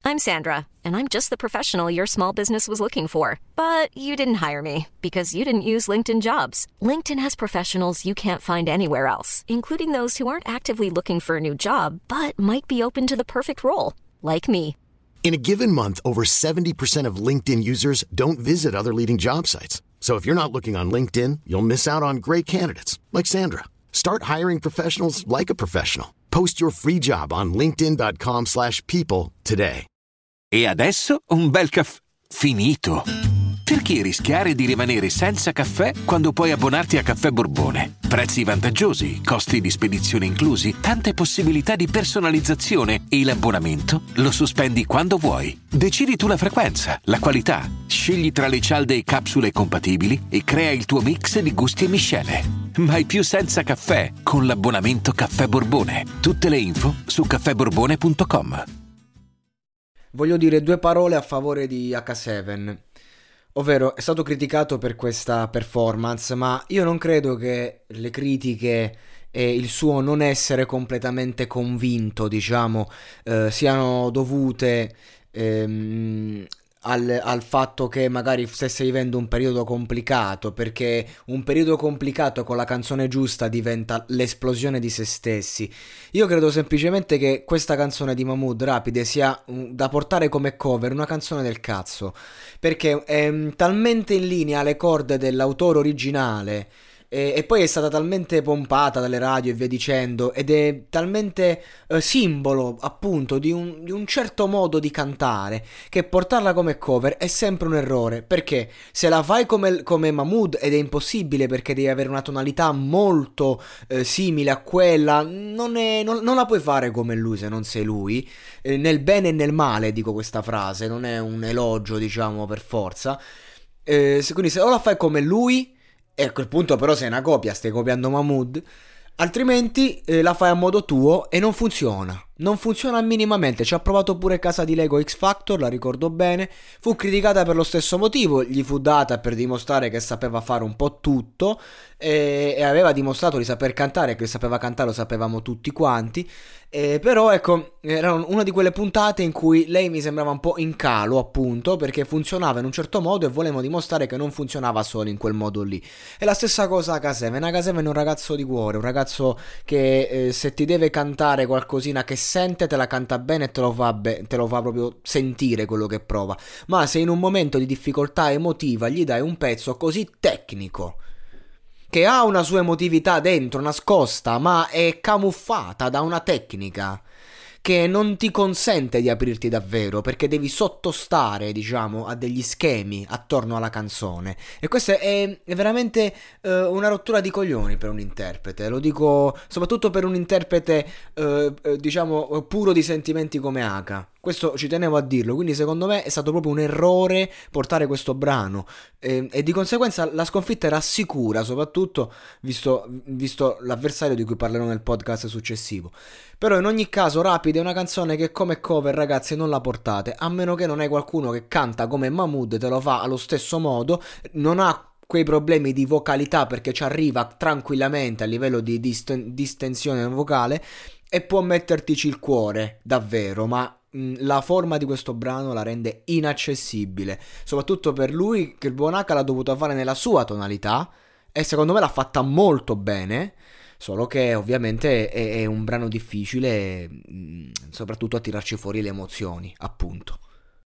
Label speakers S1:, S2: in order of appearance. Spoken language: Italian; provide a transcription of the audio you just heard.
S1: I'm Sandra, and I'm just the professional your small business was looking for. But you didn't hire me because you didn't use LinkedIn Jobs. LinkedIn has professionals you can't find anywhere else, including those who aren't actively looking for a new job, but might be open to the perfect role, like me.
S2: In a given month, over 70% of LinkedIn users don't visit other leading job sites. So if you're not looking on LinkedIn, you'll miss out on great candidates like Sandra. Start hiring professionals like a professional. Post your free job on linkedin.com/people today.
S3: E adesso un bel caffè finito. Perché rischiare di rimanere senza caffè quando puoi abbonarti a Caffè Borbone? Prezzi vantaggiosi, costi di spedizione inclusi, tante possibilità di personalizzazione e l'abbonamento lo sospendi quando vuoi. Decidi tu la frequenza, la qualità, scegli tra le cialde e capsule compatibili e crea il tuo mix di gusti e miscele. Mai più senza caffè con l'abbonamento Caffè Borbone. Tutte le info su caffèborbone.com.
S4: Voglio dire due parole a favore di H7, ovvero è stato criticato per questa performance, ma io non credo che le critiche e il suo non essere completamente convinto, diciamo, siano dovute al fatto che magari stesse vivendo un periodo complicato, perché un periodo complicato con la canzone giusta diventa l'esplosione di se stessi. Io credo semplicemente che questa canzone di Mahmood, Rapide, sia da portare come cover una canzone del cazzo, perché è talmente in linea alle corde dell'autore originale e poi è stata talmente pompata dalle radio e via dicendo, ed è talmente simbolo appunto di un certo modo di cantare, che portarla come cover è sempre un errore, perché se la fai come Mahmood, ed è impossibile perché devi avere una tonalità molto simile a quella, non la puoi fare come lui se non sei lui, nel bene e nel male dico questa frase, non è un elogio diciamo per forza, quindi se o la fai come lui, e a quel punto però sei una copia, stai copiando Mahmood, altrimenti la fai a modo tuo e non funziona minimamente. Ci ha provato pure Casa di Lego X Factor, la ricordo bene, fu criticata per lo stesso motivo, gli fu data per dimostrare che sapeva fare un po' tutto e aveva dimostrato di saper cantare, che sapeva cantare lo sapevamo tutti quanti, però ecco, era una di quelle puntate in cui lei mi sembrava un po' in calo, appunto perché funzionava in un certo modo e volevamo dimostrare che non funzionava solo in quel modo lì. E la stessa cosa a H7 è un ragazzo di cuore, un ragazzo che se ti deve cantare qualcosina che sente, te la canta bene e te lo fa proprio sentire quello che prova. Ma se in un momento di difficoltà emotiva gli dai un pezzo così tecnico, che ha una sua emotività dentro, nascosta, ma è camuffata da una tecnica che non ti consente di aprirti davvero, perché devi sottostare, diciamo, a degli schemi attorno alla canzone. E questa è veramente una rottura di coglioni per un interprete. Lo dico soprattutto per un interprete, diciamo, puro di sentimenti come Aka. Questo ci tenevo a dirlo, quindi secondo me è stato proprio un errore portare questo brano e di conseguenza la sconfitta era sicura, soprattutto visto l'avversario di cui parlerò nel podcast successivo. Però in ogni caso Rapide è una canzone che come cover, ragazzi, non la portate, a meno che non hai qualcuno che canta come Mahmood, te lo fa allo stesso modo, non ha quei problemi di vocalità perché ci arriva tranquillamente a livello di distensione vocale e può mettertici il cuore davvero, ma la forma di questo brano la rende inaccessibile, soprattutto per lui, che il buon H l'ha dovuto fare nella sua tonalità e secondo me l'ha fatta molto bene, solo che ovviamente è un brano difficile, soprattutto a tirarci fuori le emozioni, appunto.